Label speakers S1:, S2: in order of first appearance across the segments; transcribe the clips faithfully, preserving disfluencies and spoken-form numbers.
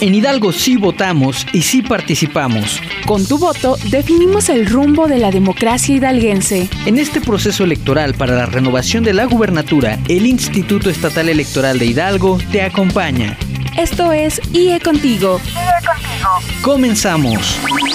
S1: En Hidalgo sí votamos y sí participamos.
S2: Con tu voto definimos el rumbo de la democracia hidalguense.
S1: En este proceso electoral para la renovación de la gubernatura, el Instituto Estatal Electoral de Hidalgo te acompaña.
S2: Esto es I E Contigo.
S3: I E Contigo.
S1: Comenzamos.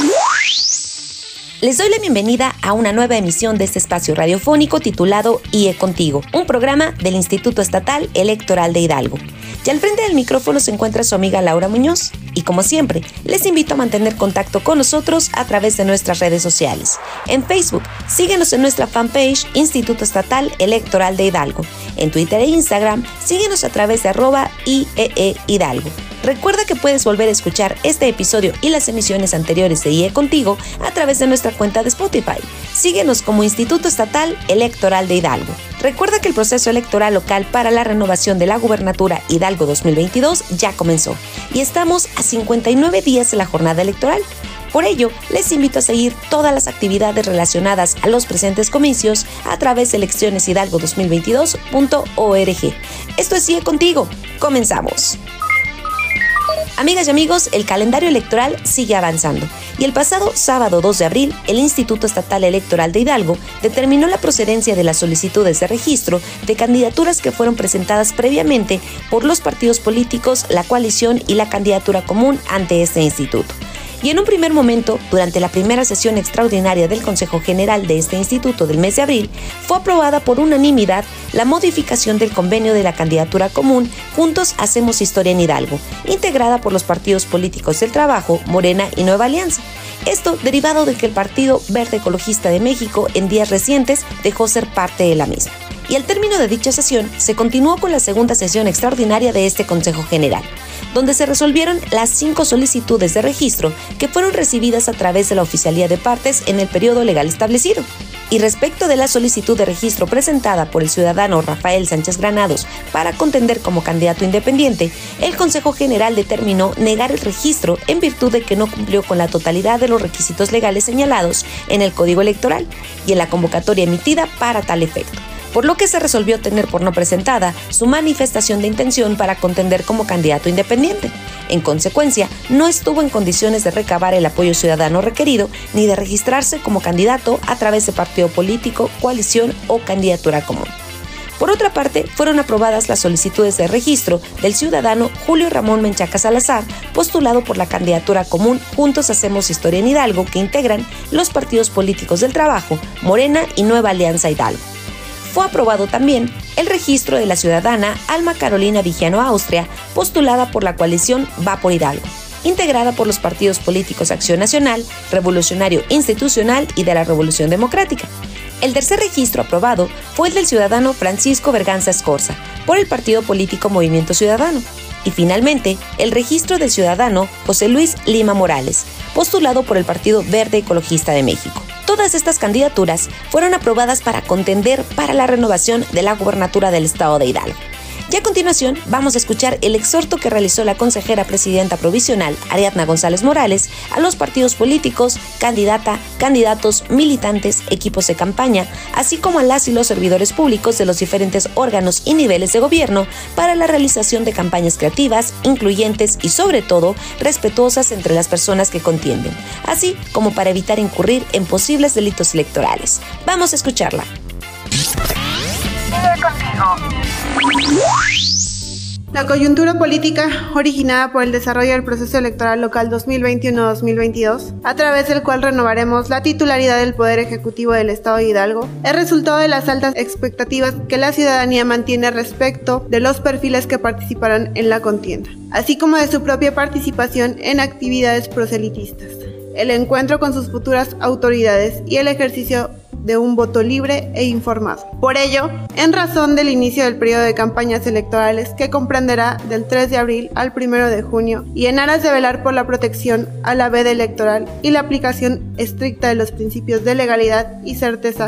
S4: Les doy la bienvenida a una nueva emisión de este espacio radiofónico titulado I E Contigo, un programa del Instituto Estatal Electoral de Hidalgo. Y al frente del micrófono se encuentra su amiga Laura Muñoz. Y como siempre, les invito a mantener contacto con nosotros a través de nuestras redes sociales. En Facebook, síguenos en nuestra fanpage Instituto Estatal Electoral de Hidalgo. En Twitter e Instagram, síguenos a través de arroba I E E Hidalgo. Recuerda que puedes volver a escuchar este episodio y las emisiones anteriores de I E Contigo a través de nuestra cuenta de Spotify. Síguenos como Instituto Estatal Electoral de Hidalgo. Recuerda que el proceso electoral local para la renovación de la gubernatura Hidalgo dos mil veintidós ya comenzó y estamos a cincuenta y nueve días de la jornada electoral. Por ello, les invito a seguir todas las actividades relacionadas a los presentes comicios a través de elecciones hidalgo dos mil veintidós punto org. Esto es I E Contigo. Comenzamos. Amigas y amigos, el calendario electoral sigue avanzando y el pasado sábado dos de abril, el Instituto Estatal Electoral de Hidalgo determinó la procedencia de las solicitudes de registro de candidaturas que fueron presentadas previamente por los partidos políticos, la coalición y la candidatura común ante este instituto. Y en un primer momento, durante la primera sesión extraordinaria del Consejo General de este instituto del mes de abril, fue aprobada por unanimidad la modificación del convenio de la candidatura común Juntos Hacemos Historia en Hidalgo, integrada por los partidos políticos del Trabajo, Morena y Nueva Alianza. Esto derivado de que el Partido Verde Ecologista de México en días recientes dejó ser parte de la misma. Y al término de dicha sesión, se continuó con la segunda sesión extraordinaria de este Consejo General, donde se resolvieron las cinco solicitudes de registro que fueron recibidas a través de la oficialía de partes en el periodo legal establecido. Y respecto de la solicitud de registro presentada por el ciudadano Rafael Sánchez Granados para contender como candidato independiente, el Consejo General determinó negar el registro en virtud de que no cumplió con la totalidad de los requisitos legales señalados en el Código Electoral y en la convocatoria emitida para tal efecto, por lo que se resolvió tener por no presentada su manifestación de intención para contender como candidato independiente. En consecuencia, no estuvo en condiciones de recabar el apoyo ciudadano requerido ni de registrarse como candidato a través de partido político, coalición o candidatura común. Por otra parte, fueron aprobadas las solicitudes de registro del ciudadano Julio Ramón Menchaca Salazar, postulado por la candidatura común Juntos Hacemos Historia en Hidalgo, que integran los partidos políticos del Trabajo, Morena y Nueva Alianza Hidalgo. Fue aprobado también el registro de la ciudadana Alma Carolina Vigiano Austria, postulada por la coalición Va por Hidalgo, integrada por los partidos políticos Acción Nacional, Revolucionario Institucional y de la Revolución Democrática. El tercer registro aprobado fue el del ciudadano Francisco Berganza Escorza, por el partido político Movimiento Ciudadano. Y finalmente, el registro del ciudadano José Luis Lima Morales, postulado por el Partido Verde Ecologista de México. Todas estas candidaturas fueron aprobadas para contender para la renovación de la gubernatura del estado de Hidalgo. Y a continuación vamos a escuchar el exhorto que realizó la consejera presidenta provisional Ariadna González Morales a los partidos políticos, candidata, candidatos, militantes, equipos de campaña, así como a las y los servidores públicos de los diferentes órganos y niveles de gobierno para la realización de campañas creativas, incluyentes y sobre todo respetuosas entre las personas que contienden, así como para evitar incurrir en posibles delitos electorales. Vamos a escucharla.
S3: I E Contigo.
S5: La coyuntura política originada por el desarrollo del proceso electoral local dos mil veintiuno a dos mil veintidós, a través del cual renovaremos la titularidad del Poder Ejecutivo del Estado de Hidalgo, es resultado de las altas expectativas que la ciudadanía mantiene respecto de los perfiles que participarán en la contienda, así como de su propia participación en actividades proselitistas, el encuentro con sus futuras autoridades y el ejercicio de un voto libre e informado. Por ello, en razón del inicio del periodo de campañas electorales que comprenderá del tres de abril al primero de junio y en aras de velar por la protección a la veda electoral y la aplicación estricta de los principios de legalidad y certeza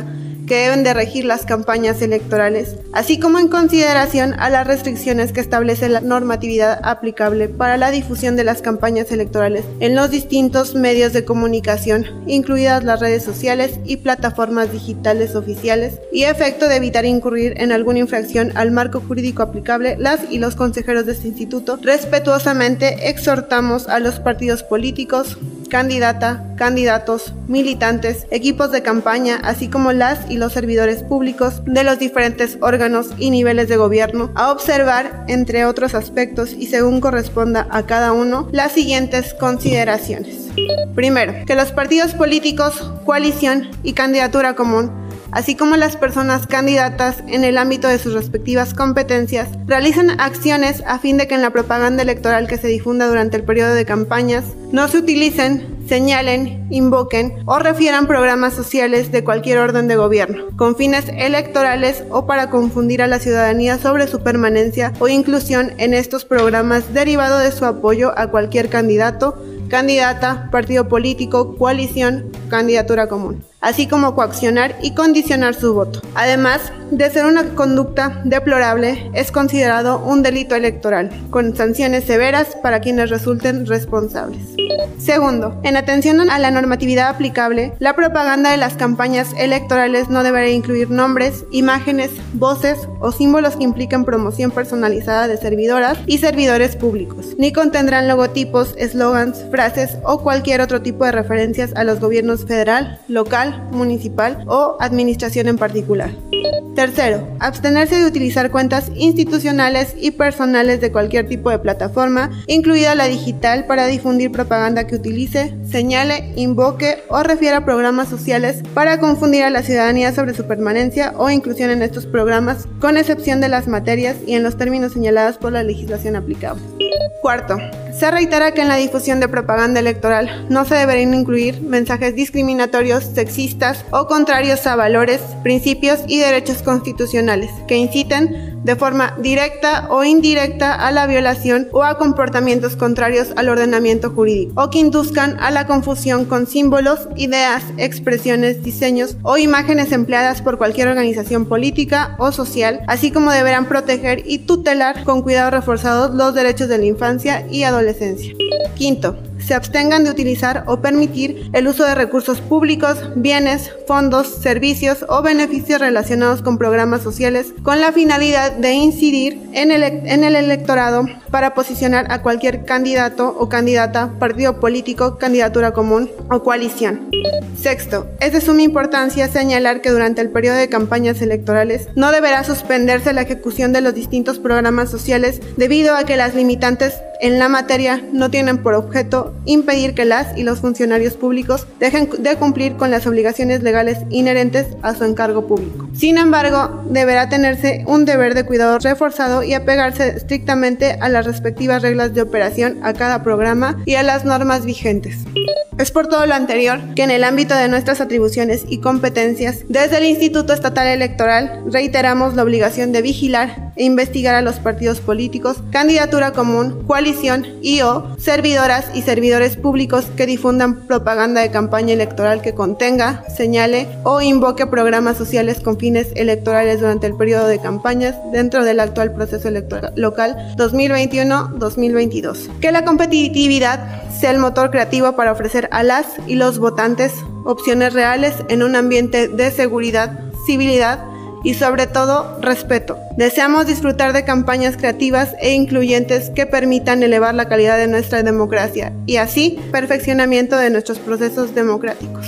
S5: que deben de regir las campañas electorales, así como en consideración a las restricciones que establece la normatividad aplicable para la difusión de las campañas electorales en los distintos medios de comunicación, incluidas las redes sociales y plataformas digitales oficiales, y a efecto de evitar incurrir en alguna infracción al marco jurídico aplicable, las y los consejeros de este instituto respetuosamente exhortamos a los partidos políticos, candidata, candidatos, militantes, equipos de campaña, así como las y los servidores públicos de los diferentes órganos y niveles de gobierno, a observar, entre otros aspectos y según corresponda a cada uno, las siguientes consideraciones. Primero, que los partidos políticos, coalición y candidatura común, así como las personas candidatas en el ámbito de sus respectivas competencias, realizan acciones a fin de que en la propaganda electoral que se difunda durante el periodo de campañas no se utilicen, señalen, invoquen o refieran programas sociales de cualquier orden de gobierno, con fines electorales o para confundir a la ciudadanía sobre su permanencia o inclusión en estos programas derivado de su apoyo a cualquier candidato, candidata, partido político, coalición, candidatura común, así como coaccionar y condicionar su voto. Además de ser una conducta deplorable, es considerado un delito electoral, con sanciones severas para quienes resulten responsables. Segundo, en atención a la normatividad aplicable, la propaganda de las campañas electorales no deberá incluir nombres, imágenes, voces o símbolos que impliquen promoción personalizada de servidoras y servidores públicos, ni contendrán logotipos, eslogans, frases o cualquier otro tipo de referencias a los gobiernos federal, local, municipal o administración en particular. Tercero, abstenerse de utilizar cuentas institucionales y personales de cualquier tipo de plataforma, incluida la digital, para difundir propaganda que utilice, señale, invoque o refiera a programas sociales para confundir a la ciudadanía sobre su permanencia o inclusión en estos programas, con excepción de las materias y en los términos señalados por la legislación aplicable. Cuarto, se reitera que en la difusión de propaganda electoral no se deberán incluir mensajes discriminatorios, sexistas o contrarios a valores, principios y derechos constitucionales que inciten de forma directa o indirecta a la violación o a comportamientos contrarios al ordenamiento jurídico, o que induzcan a la confusión con símbolos, ideas, expresiones, diseños o imágenes empleadas por cualquier organización política o social, así como deberán proteger y tutelar con cuidado reforzado los derechos de la infancia y adolescencia. Quinto, se abstengan de utilizar o permitir el uso de recursos públicos, bienes, fondos, servicios o beneficios relacionados con programas sociales con la finalidad de incidir en el, en el electorado para posicionar a cualquier candidato o candidata, partido político, candidatura común o coalición. Sexto, es de suma importancia señalar que durante el periodo de campañas electorales no deberá suspenderse la ejecución de los distintos programas sociales debido a que las limitantes en la materia no tienen por objeto impedir que las y los funcionarios públicos dejen de cumplir con las obligaciones legales inherentes a su encargo público. Sin embargo, deberá tenerse un deber de cuidado reforzado y apegarse estrictamente a las respectivas reglas de operación a cada programa y a las normas vigentes. Es por todo lo anterior que en el ámbito de nuestras atribuciones y competencias, desde el Instituto Estatal Electoral, reiteramos la obligación de vigilar e investigar a los partidos políticos, candidatura común, coalición y o servidoras y servidores públicos que difundan propaganda de campaña electoral que contenga, señale o invoque programas sociales con fines electorales durante el periodo de campañas dentro del actual proceso electoral local dos mil veintiuno dos mil veintidós. Que la competitividad sea el motor creativo para ofrecer a las y los votantes opciones reales en un ambiente de seguridad, civilidad y sobre todo respeto. Deseamos disfrutar de campañas creativas e incluyentes que permitan elevar la calidad de nuestra democracia y así perfeccionamiento de nuestros procesos democráticos.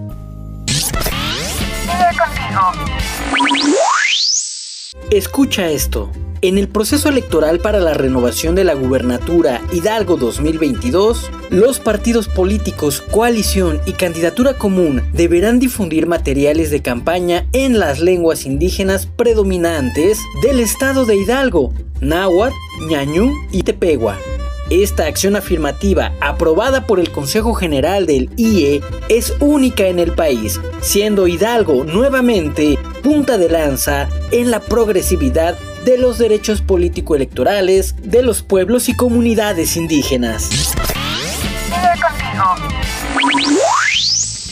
S3: Sigue contigo.
S1: Escucha esto. En el proceso electoral para la renovación de la gubernatura Hidalgo dos mil veintidós, los partidos políticos, coalición y candidatura común deberán difundir materiales de campaña en las lenguas indígenas predominantes del estado de Hidalgo, náhuatl, ñañú y tepehua. Esta acción afirmativa, aprobada por el Consejo General del I E, es única en el país, siendo Hidalgo nuevamente punta de lanza en la progresividad de los derechos político-electorales de los pueblos y comunidades indígenas.
S3: Sigue contigo.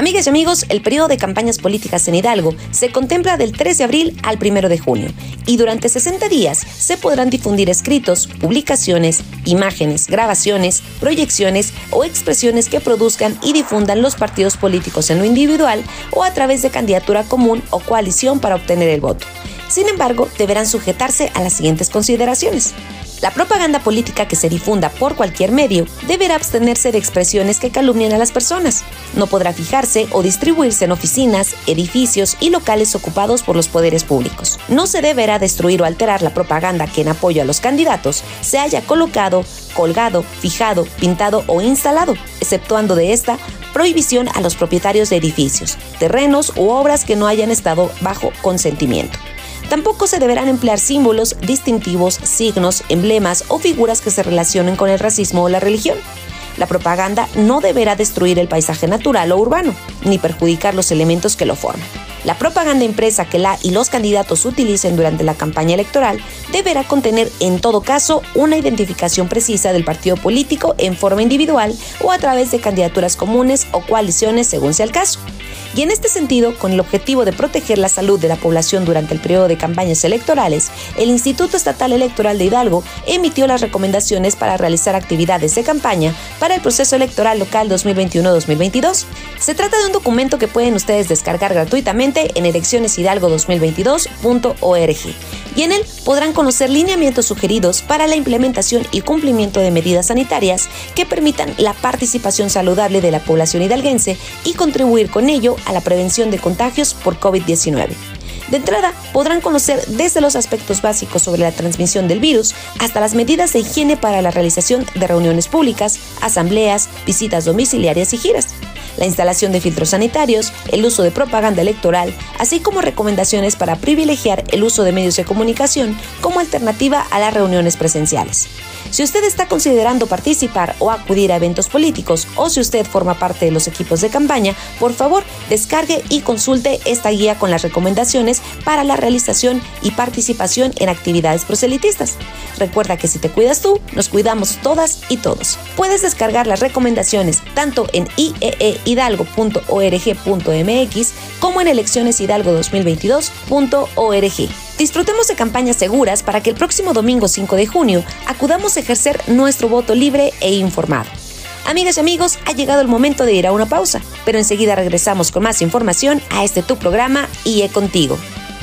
S4: Amigas y amigos, el periodo de campañas políticas en Hidalgo se contempla del tres de abril al primero de junio y durante sesenta días se podrán difundir escritos, publicaciones, imágenes, grabaciones, proyecciones o expresiones que produzcan y difundan los partidos políticos en lo individual o a través de candidatura común o coalición para obtener el voto. Sin embargo, deberán sujetarse a las siguientes consideraciones. La propaganda política que se difunda por cualquier medio deberá abstenerse de expresiones que calumnien a las personas. No podrá fijarse o distribuirse en oficinas, edificios y locales ocupados por los poderes públicos. No se deberá destruir o alterar la propaganda que en apoyo a los candidatos se haya colocado, colgado, fijado, pintado o instalado, exceptuando de esta prohibición a los propietarios de edificios, terrenos u obras que no hayan estado bajo consentimiento. Tampoco se deberán emplear símbolos, distintivos, signos, emblemas o figuras que se relacionen con el racismo o la religión. La propaganda no deberá destruir el paisaje natural o urbano, ni perjudicar los elementos que lo forman. La propaganda impresa que la y los candidatos utilicen durante la campaña electoral deberá contener, en todo caso, una identificación precisa del partido político en forma individual o a través de candidaturas comunes o coaliciones según sea el caso. Y en este sentido, con el objetivo de proteger la salud de la población durante el periodo de campañas electorales, el Instituto Estatal Electoral de Hidalgo emitió las recomendaciones para realizar actividades de campaña para el proceso electoral local dos mil veintiuno dos mil veintidós. Se trata de un documento que pueden ustedes descargar gratuitamente en elecciones hidalgo dos mil veintidós punto org y en él podrán conocer lineamientos sugeridos para la implementación y cumplimiento de medidas sanitarias que permitan la participación saludable de la población hidalguense y contribuir con ello a la prevención de contagios por COVID diecinueve. De entrada, podrán conocer desde los aspectos básicos sobre la transmisión del virus hasta las medidas de higiene para la realización de reuniones públicas, asambleas, visitas domiciliarias y giras, la instalación de filtros sanitarios, el uso de propaganda electoral, así como recomendaciones para privilegiar el uso de medios de comunicación como alternativa a las reuniones presenciales. Si usted está considerando participar o acudir a eventos políticos o si usted forma parte de los equipos de campaña, por favor, descargue y consulte esta guía con las recomendaciones para la realización y participación en actividades proselitistas. Recuerda que si te cuidas tú, nos cuidamos todas y todos. Puedes descargar las recomendaciones tanto en i e e hidalgo punto org punto m x como en elecciones hidalgo dos mil veintidós punto org. Disfrutemos de campañas seguras para que el próximo domingo cinco de junio acudamos a ejercer nuestro voto libre e informado. Amigas y amigos, ha llegado el momento de ir a una pausa, pero enseguida regresamos con más información a este tu programa I E Contigo.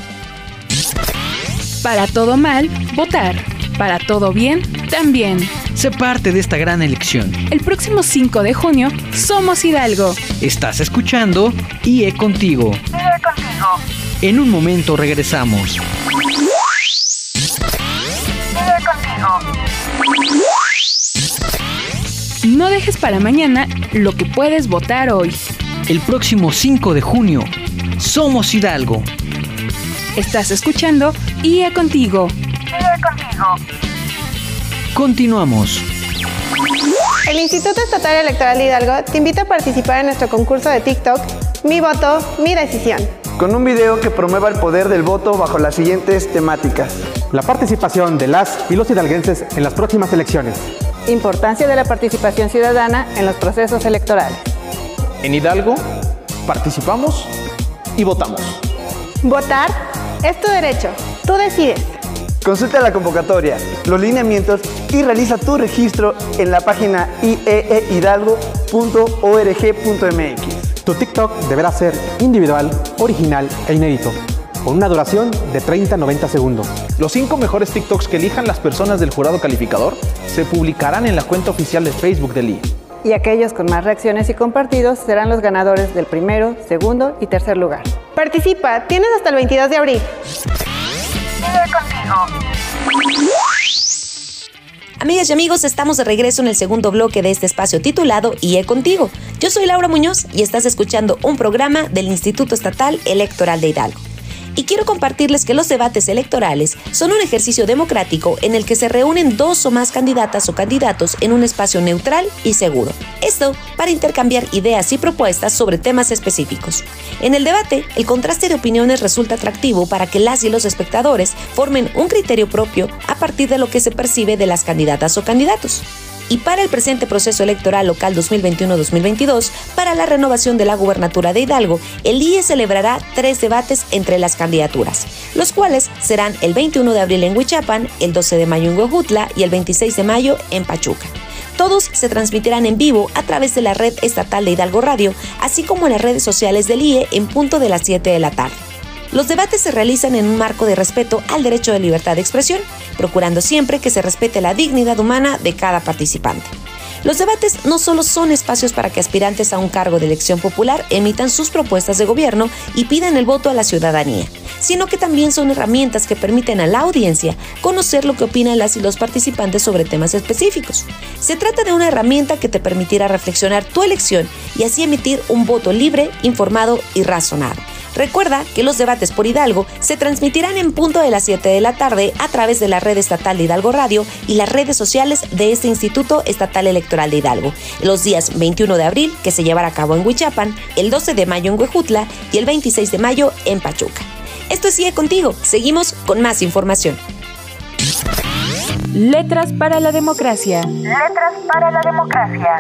S2: Para todo mal, votar. Para todo bien, también.
S1: Sé parte de esta gran elección.
S2: El próximo cinco de junio, somos Hidalgo.
S1: Estás escuchando I E Contigo.
S3: I E Contigo.
S1: En un momento regresamos.
S3: I E Contigo.
S2: No dejes para mañana lo que puedes votar hoy.
S1: El próximo cinco de junio, somos Hidalgo.
S2: Estás escuchando I E Contigo.
S3: I E Contigo.
S1: Continuamos.
S5: El Instituto Estatal Electoral de Hidalgo te invita a participar en nuestro concurso de TikTok Mi Voto, Mi Decisión,
S6: con un video que promueva el poder del voto bajo las siguientes temáticas:
S7: la participación de las y los hidalguenses en las próximas elecciones,
S8: importancia de la participación ciudadana en los procesos electorales.
S9: En Hidalgo, participamos y votamos.
S5: Votar es tu derecho, tú decides.
S6: Consulta la convocatoria, los lineamientos y realiza tu registro en la página i e e hidalgo punto org punto m x.
S7: Tu TikTok deberá ser individual, original e inédito, con una duración de treinta a noventa segundos.
S9: Los cinco mejores TikToks que elijan las personas del jurado calificador se publicarán en la cuenta oficial de Facebook del I E.
S8: Y aquellos con más reacciones y compartidos serán los ganadores del primero, segundo y tercer lugar.
S5: Participa, tienes hasta el veintidós de abril.
S3: I E Contigo.
S4: Amigas y amigos, estamos de regreso en el segundo bloque de este espacio titulado I E Contigo. Yo soy Laura Muñoz y estás escuchando un programa del Instituto Estatal Electoral de Hidalgo. Y quiero compartirles que los debates electorales son un ejercicio democrático en el que se reúnen dos o más candidatas o candidatos en un espacio neutral y seguro. Esto para intercambiar ideas y propuestas sobre temas específicos. En el debate, el contraste de opiniones resulta atractivo para que las y los espectadores formen un criterio propio a partir de lo que se percibe de las candidatas o candidatos. Y para el presente proceso electoral local dos mil veintiuno dos mil veintidós, para la renovación de la gubernatura de Hidalgo, el I E celebrará tres debates entre las candidaturas, los cuales serán el veintiuno de abril en Huichapan, el doce de mayo en Huejutla y el veintiséis de mayo en Pachuca. Todos se transmitirán en vivo a través de la red estatal de Hidalgo Radio, así como en las redes sociales del I E en punto de las siete de la tarde. Los debates se realizan en un marco de respeto al derecho de libertad de expresión, procurando siempre que se respete la dignidad humana de cada participante. Los debates no solo son espacios para que aspirantes a un cargo de elección popular emitan sus propuestas de gobierno y pidan el voto a la ciudadanía, sino que también son herramientas que permiten a la audiencia conocer lo que opinan las y los participantes sobre temas específicos. Se trata de una herramienta que te permitirá reflexionar tu elección y así emitir un voto libre, informado y razonado. Recuerda que los debates por Hidalgo se transmitirán en punto de las siete de la tarde a través de la red estatal de Hidalgo Radio y las redes sociales de este Instituto Estatal Electoral de Hidalgo, los días veintiuno de abril, que se llevará a cabo en Huichapan, el doce de mayo en Huejutla y el veintiséis de mayo en Pachuca. Esto es I E Contigo. Seguimos con más información.
S2: Letras para la democracia.
S3: Letras para la democracia.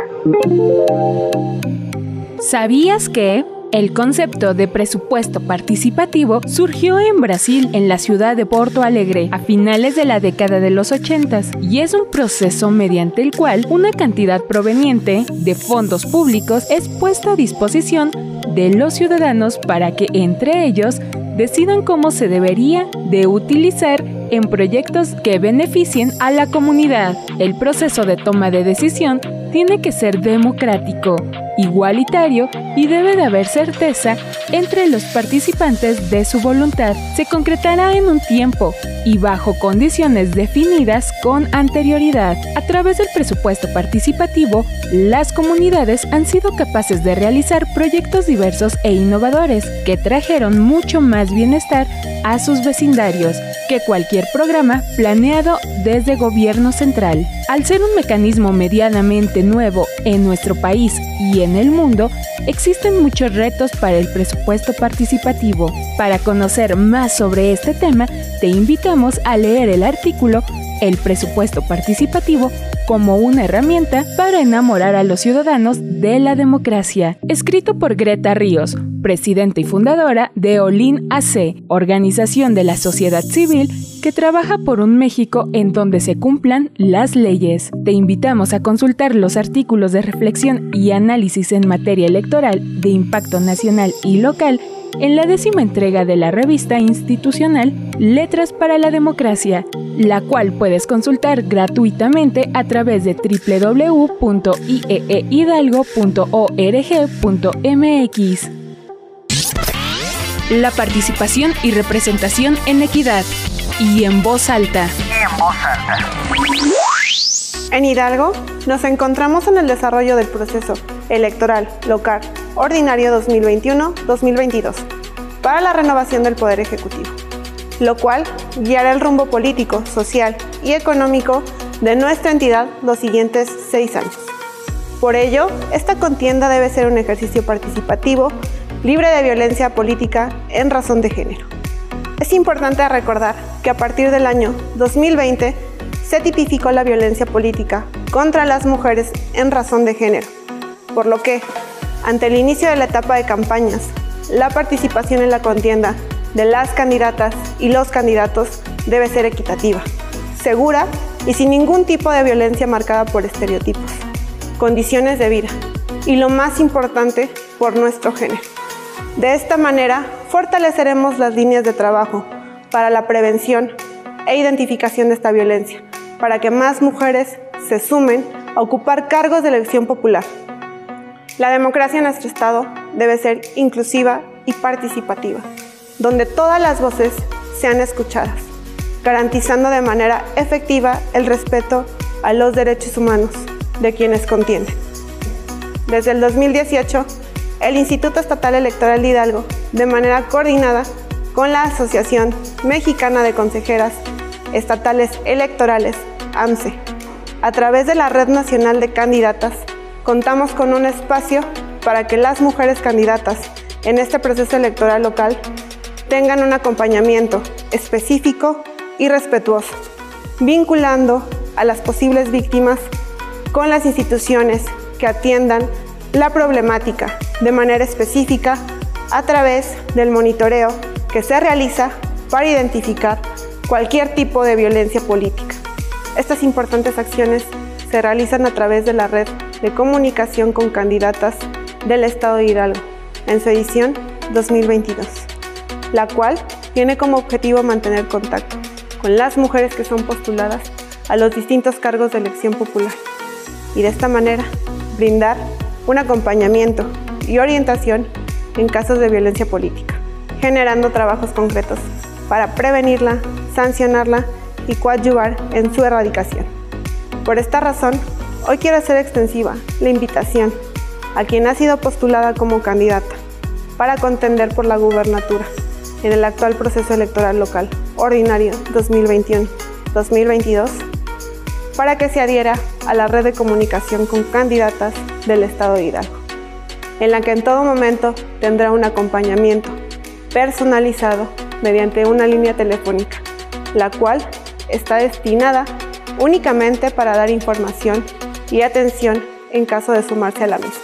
S2: ¿Sabías que el concepto de presupuesto participativo surgió en Brasil, en la ciudad de Porto Alegre, a finales de la década de los ochentas, y es un proceso mediante el cual una cantidad proveniente de fondos públicos es puesta a disposición de los ciudadanos para que entre ellos decidan cómo se debería de utilizar en proyectos que beneficien a la comunidad. El proceso de toma de decisión tiene que ser democrático, igualitario y debe de haber certeza entre los participantes de su voluntad. Se concretará en un tiempo y bajo condiciones definidas con anterioridad. A través del presupuesto participativo, las comunidades han sido capaces de realizar proyectos diversos e innovadores que trajeron mucho más bienestar a sus vecindarios que cualquier programa planeado desde gobierno central. Al ser un mecanismo medianamente nuevo en nuestro país y en el mundo, existen muchos retos para el presupuesto participativo. Para conocer más sobre este tema, te invitamos a leer el artículo El presupuesto participativo como una herramienta para enamorar a los ciudadanos de la democracia, escrito por Greta Ríos, presidenta y fundadora de Olin A C, organización de la sociedad civil que trabaja por un México en donde se cumplan las leyes. Te invitamos a consultar los artículos de reflexión y análisis en materia electoral de impacto nacional y local en la décima entrega de la revista institucional Letras para la Democracia, la cual puedes consultar gratuitamente a través de doble u doble u doble u punto i e e hidalgo punto org punto m x. La participación y representación en equidad y en voz alta.
S3: Y en voz alta.
S5: En Hidalgo nos encontramos en el desarrollo del proceso electoral local ordinario dos mil veintiuno dos mil veintidós para la renovación del Poder Ejecutivo, lo cual guiará el rumbo político, social y económico de nuestra entidad los siguientes seis años. Por ello, esta contienda debe ser un ejercicio participativo, libre de violencia política en razón de género. Es importante recordar que a partir del año dos mil veinte se tipificó la violencia política contra las mujeres en razón de género, por lo que, ante el inicio de la etapa de campañas, la participación en la contienda de las candidatas y los candidatos debe ser equitativa, segura y sin ningún tipo de violencia marcada por estereotipos, condiciones de vida y, lo más importante, por nuestro género. De esta manera, fortaleceremos las líneas de trabajo para la prevención e identificación de esta violencia, para que más mujeres se sumen a ocupar cargos de elección popular. La democracia en nuestro Estado debe ser inclusiva y participativa, donde todas las voces sean escuchadas, garantizando de manera efectiva el respeto a los derechos humanos de quienes contienden. Desde el dos mil dieciocho, el Instituto Estatal Electoral de Hidalgo, de manera coordinada con la Asociación Mexicana de Consejeras Estatales Electorales, A M C E, a través de la Red Nacional de Candidatas, contamos con un espacio para que las mujeres candidatas en este proceso electoral local tengan un acompañamiento específico y respetuoso, vinculando a las posibles víctimas con las instituciones que atiendan la problemática de manera específica a través del monitoreo que se realiza para identificar cualquier tipo de violencia política. Estas importantes acciones se realizan a través de la red de comunicación con candidatas del Estado de Hidalgo en su edición dos mil veintidós, la cual tiene como objetivo mantener contacto con las mujeres que son postuladas a los distintos cargos de elección popular y de esta manera brindar un acompañamiento y orientación en casos de violencia política, generando trabajos concretos para prevenirla, sancionarla y coadyuvar en su erradicación. Por esta razón, hoy quiero hacer extensiva la invitación a quien ha sido postulada como candidata para contender por la gubernatura en el actual proceso electoral local ordinario dos mil veintiuno dos mil veintidós para que se adhiera a la red de comunicación con candidatas del Estado de Hidalgo, en la que en todo momento tendrá un acompañamiento personalizado mediante una línea telefónica, la cual está destinada únicamente para dar información y atención en caso de sumarse a la misma.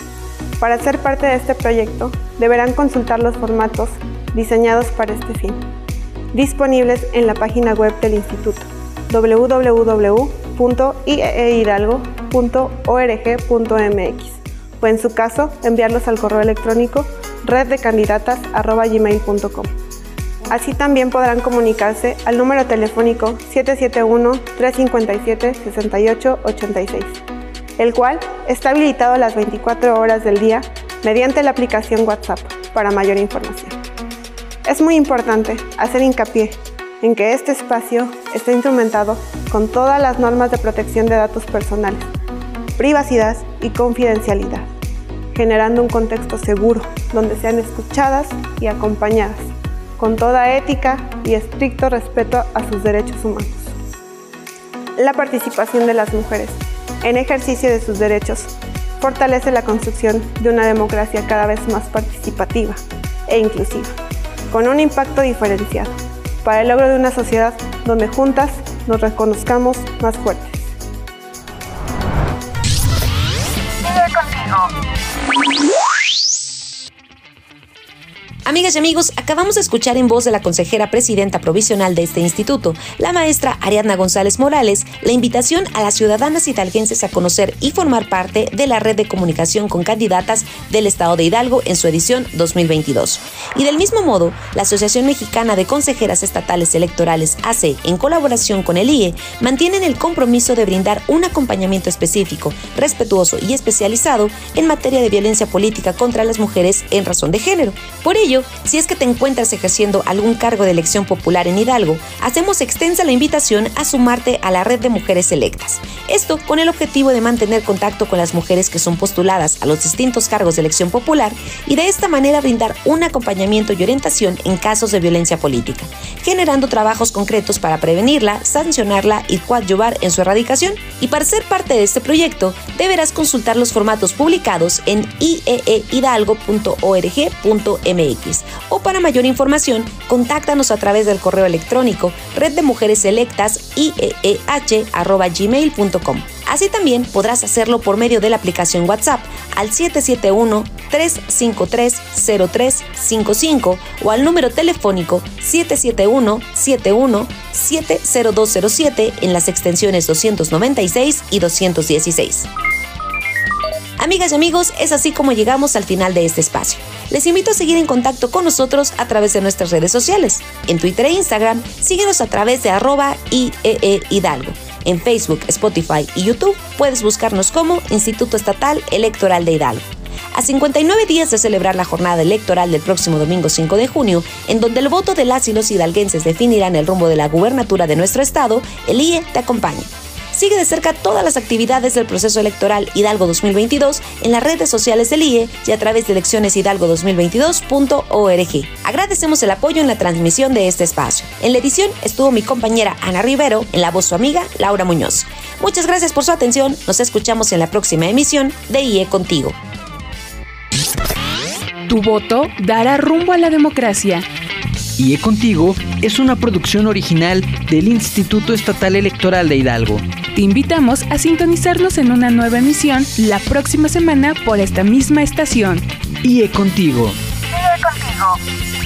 S5: Para ser parte de este proyecto, deberán consultar los formatos diseñados para este fin, disponibles en la página web del Instituto, doble u doble u doble u punto i e e hidalgo punto org punto m x, o en su caso, enviarlos al correo electrónico reddecandidatas arroba gmail punto com. Así también podrán comunicarse al número telefónico siete siete uno, tres cinco siete, seis ocho ocho seis, el cual está habilitado las veinticuatro horas del día mediante la aplicación WhatsApp para mayor información. Es muy importante hacer hincapié en que este espacio está instrumentado con todas las normas de protección de datos personales, privacidad y confidencialidad, generando un contexto seguro donde sean escuchadas y acompañadas con toda ética y estricto respeto a sus derechos humanos. La participación de las mujeres en ejercicio de sus derechos fortalece la construcción de una democracia cada vez más participativa e inclusiva, con un impacto diferenciado para el logro de una sociedad donde juntas nos reconozcamos más fuertes.
S3: Sigue contigo.
S4: Amigas y amigos, acabamos de escuchar en voz de la consejera presidenta provisional de este instituto, la maestra Ariadna González Morales, la invitación a las ciudadanas hidalguenses a conocer y formar parte de la red de comunicación con candidatas del Estado de Hidalgo en su edición dos mil veintidós. Y del mismo modo, la Asociación Mexicana de Consejeras Estatales Electorales, A C E, en colaboración con el I E, mantienen el compromiso de brindar un acompañamiento específico, respetuoso y especializado en materia de violencia política contra las mujeres en razón de género. Por ello, si es que te encuentras ejerciendo algún cargo de elección popular en Hidalgo, hacemos extensa la invitación a sumarte a la red de mujeres electas. Esto con el objetivo de mantener contacto con las mujeres que son postuladas a los distintos cargos de elección popular y de esta manera brindar un acompañamiento y orientación en casos de violencia política, generando trabajos concretos para prevenirla, sancionarla y coadyuvar en su erradicación. Y para ser parte de este proyecto, deberás consultar los formatos publicados en i e e hidalgo punto org punto m x. O para mayor información, contáctanos a través del correo electrónico reddemujereselectas i e e h arroba gmail punto com. Así también podrás hacerlo por medio de la aplicación WhatsApp al siete siete uno, tres cinco tres, cero tres cinco cinco o al número telefónico siete siete uno, siete uno, siete cero dos cero siete en las extensiones doscientos noventa y seis y doscientos dieciséis. Amigas y amigos, es así como llegamos al final de este espacio. Les invito a seguir en contacto con nosotros a través de nuestras redes sociales. En Twitter e Instagram, síguenos a través de arroba i e e hidalgo. En Facebook, Spotify y YouTube puedes buscarnos como Instituto Estatal Electoral de Hidalgo. A cincuenta y nueve días de celebrar la jornada electoral del próximo domingo cinco de junio, en donde el voto de las y los hidalguenses definirán el rumbo de la gubernatura de nuestro estado, el I E te acompaña. Sigue de cerca todas las actividades del proceso electoral Hidalgo dos mil veintidós en las redes sociales del I E y a través de elecciones hidalgo dos mil veintidós punto org. Agradecemos el apoyo en la transmisión de este espacio. En la edición estuvo mi compañera Ana Rivero, en la voz su amiga Laura Muñoz. Muchas gracias por su atención, nos escuchamos en la próxima emisión de I E Contigo.
S2: Tu voto dará rumbo a la democracia.
S1: I E Contigo es una producción original del Instituto Estatal Electoral de Hidalgo.
S2: Te invitamos a sintonizarnos en una nueva emisión la próxima semana por esta misma estación.
S1: I E Contigo.
S3: I E Contigo.